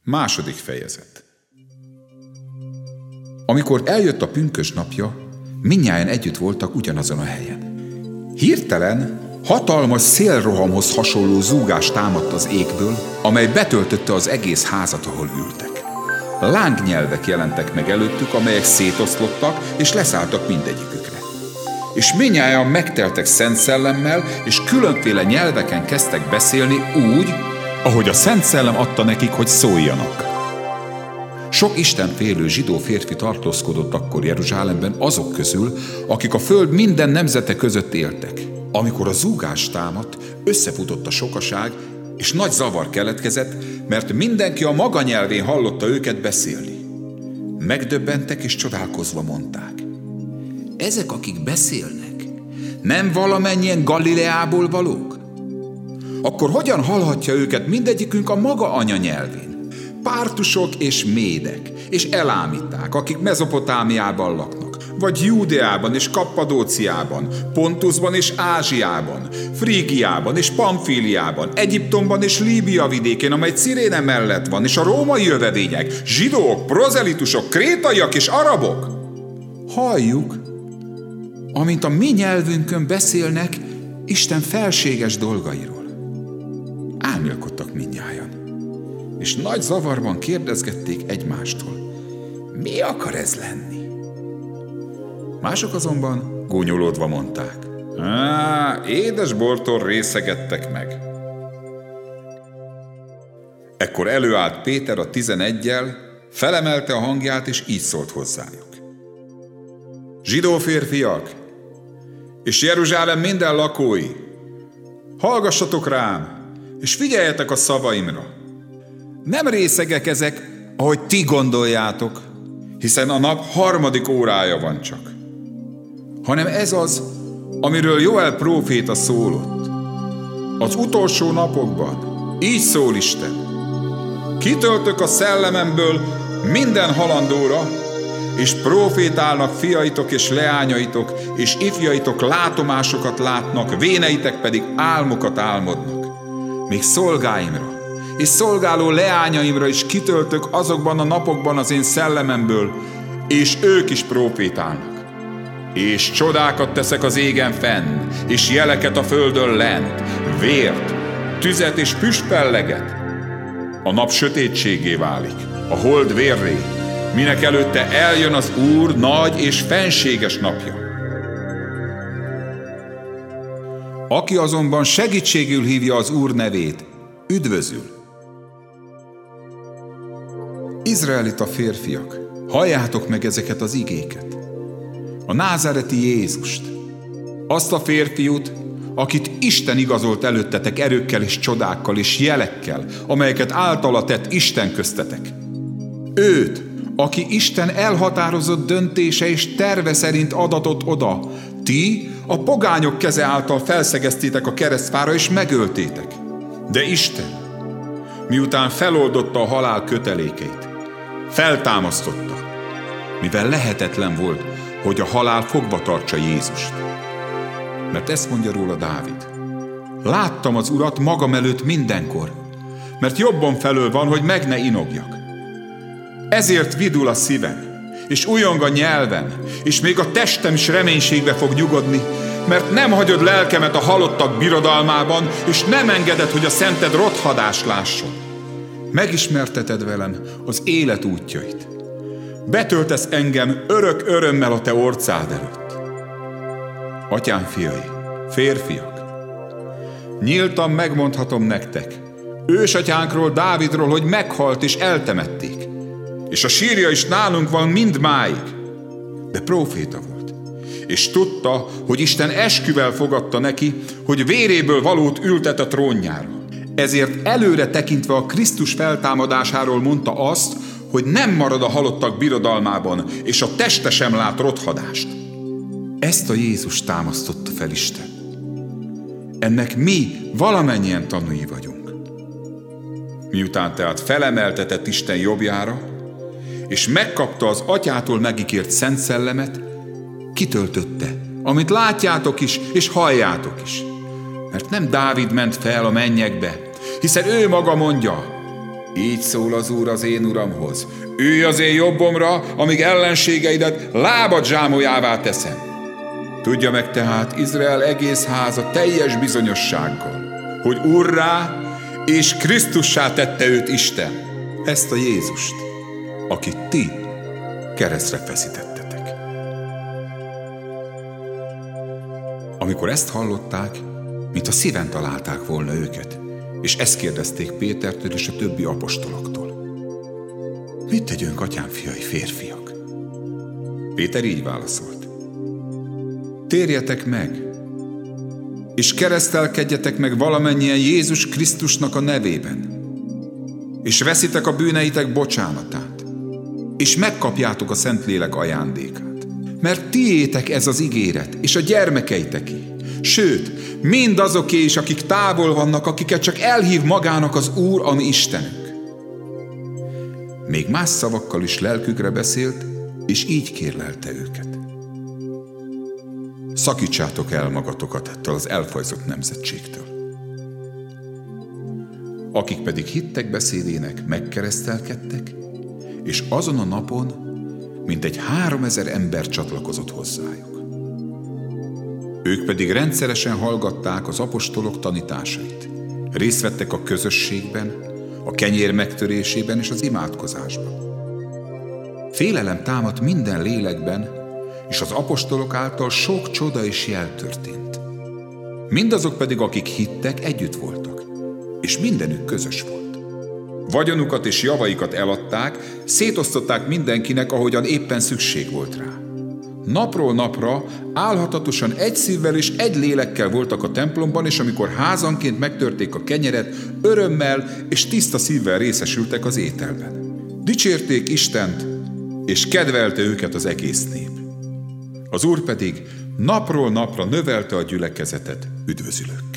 2. fejezet. Amikor eljött a pünkösd napja, mindnyájan együtt voltak ugyanazon a helyen. Hirtelen hatalmas szélrohamhoz hasonló zúgás támadt az égből, amely betöltötte az egész házat, ahol ültek. Lángnyelvek jelentek meg előttük, amelyek szétoszlottak és leszálltak mindegyikükre. És mindnyájan megteltek Szent Szellemmel, és különféle nyelveken kezdtek beszélni úgy, ahogy a Szent Szellem adta nekik, hogy szóljanak. Sok istenfélő zsidó férfi tartózkodott akkor Jeruzsálemben azok közül, akik a föld minden nemzete között éltek. Amikor a zúgás támadt, összefutott a sokaság, és nagy zavar keletkezett, mert mindenki a maga nyelvén hallotta őket beszélni. Megdöbbentek és csodálkozva mondták: ezek, akik beszélnek, nem valamennyien Galileából valók? Akkor hogyan hallhatja őket mindegyikünk a maga anyanyelvén? Pártusok és médek, és elámiták, akik Mezopotámiában laknak, vagy Júdeában és Kappadóciában, Pontusban és Ázsiában, Frígiában és Pamfíliában, Egyiptomban és Líbia vidékén, amely Ciréne mellett van, és a római jövevények, zsidók, prozelitusok, krétaiak és arabok. Halljuk, amint a mi nyelvünkön beszélnek Isten felséges dolgairól. Álmélkodtak mindnyájan, és nagy zavarban kérdezgették egymástól: mi akar ez lenni? Mások azonban gúnyolódva mondták: édes bortól részegettek meg. Ekkor előállt Péter a 11-jel, felemelte a hangját, és így szólt hozzájuk: zsidó férfiak, és Jeruzsálem minden lakói, hallgassatok rám, és figyeljetek a szavaimra. Nem részegek ezek, ahogy ti gondoljátok, hiszen a nap 3. órája van csak, hanem ez az, amiről Joel próféta szólott. Az utolsó napokban így szól Isten: kitöltök a szellememből minden halandóra, és prófétálnak fiaitok és leányaitok, és ifjaitok látomásokat látnak, véneitek pedig álmokat álmodnak. Még szolgáimra és szolgáló leányaimra is kitöltök azokban a napokban az én szellememből, és ők is prófétálnak. És csodákat teszek az égen fenn, és jeleket a földön lent, vért, tüzet és füstpelleget. A nap sötétségé válik, a hold vérré, minek előtte eljön az Úr nagy és fenséges napja. Aki azonban segítségül hívja az Úr nevét, üdvözül. Izraelita férfiak, halljátok meg ezeket az igéket. A názáreti Jézust, azt a férfiút, akit Isten igazolt előttetek erőkkel és csodákkal és jelekkel, amelyeket általa tett Isten köztetek. Őt, aki Isten elhatározott döntése és terve szerint adatott oda, ti a pogányok keze által felszegeztétek a keresztfára és megöltétek. De Isten, miután feloldotta a halál kötelékeit, feltámasztotta, mivel lehetetlen volt, hogy a halál fogva tartsa Jézust. Mert ezt mondja róla Dávid: láttam az Urat magam előtt mindenkor, mert jobbom felől van, hogy meg ne inogjak. Ezért vidul a szívem, és újjong a nyelvem, és még a testem is reménységbe fog nyugodni, mert nem hagyod lelkemet a halottak birodalmában, és nem engeded, hogy a szented rothadást lásson. Megismerteted velem az élet útjait. Betöltesz engem örök örömmel a te orcád előtt. Atyám fiai, férfiak, nyíltan megmondhatom nektek, ősatyánkról, Dávidról, hogy meghalt és eltemették, és a sírja is nálunk van mindmáig. De próféta volt, és tudta, hogy Isten esküvel fogadta neki, hogy véréből valót ültet a trónjára. Ezért előre tekintve a Krisztus feltámadásáról mondta azt, hogy nem marad a halottak birodalmában, és a teste sem lát rothadást. Ezt a Jézus támasztotta fel Isten. Ennek mi valamennyien tanúi vagyunk. Miután tehát felemeltetett Isten jobbjára, és megkapta az Atyától megígért Szent Szellemet, kitöltötte, amit látjátok is, és halljátok is. Mert nem Dávid ment fel a mennyekbe, hiszen ő maga mondja: Így szól az Úr az én Uramhoz: ülj az én jobbomra, amíg ellenségeidet lábad zsámolyává teszem. Tudja meg tehát Izrael egész háza teljes bizonyossággal, hogy Úrrá és Krisztussá tette őt Isten, ezt a Jézust, akit ti keresztre feszítettetek. Amikor ezt hallották, mintha szíven találták volna őket, és ezt kérdezték Pétertől és a többi apostoloktól: mit tegyünk, atyám fiai, férfiak? Péter így válaszolt: térjetek meg, és keresztelkedjetek meg valamennyien Jézus Krisztusnak a nevében, és veszitek a bűneitek bocsánatát, és megkapjátok a Szentlélek ajándékát. Mert tiétek ez az ígéret, és a gyermekeiteké, sőt, mindazoké is, akik távol vannak, akiket csak elhív magának az Úr, a mi Istenünk. Még más szavakkal is lelkükre beszélt, és így kérlelte őket: szakítsátok el magatokat ettől az elfajzott nemzetségtől. Akik pedig hittek beszédének, megkeresztelkedtek, és azon a napon mintegy 3000 ember csatlakozott hozzájuk. Ők pedig rendszeresen hallgatták az apostolok tanításait, részt vettek a közösségben, a kenyér megtörésében és az imádkozásban. Félelem támadt minden lélekben, és az apostolok által sok csoda és jel történt. Mindazok pedig, akik hittek, együtt voltak, és mindenük közös volt. Vagyonukat és javaikat eladták, szétosztották mindenkinek, ahogyan éppen szükség volt rá. Napról napra álhatatosan egy szívvel és egy lélekkel voltak a templomban, és amikor házanként megtörték a kenyeret, örömmel és tiszta szívvel részesültek az ételben. Dicsérték Istent, és kedvelte őket az egész nép. Az Úr pedig napról napra növelte a gyülekezetet üdvözülőkkel.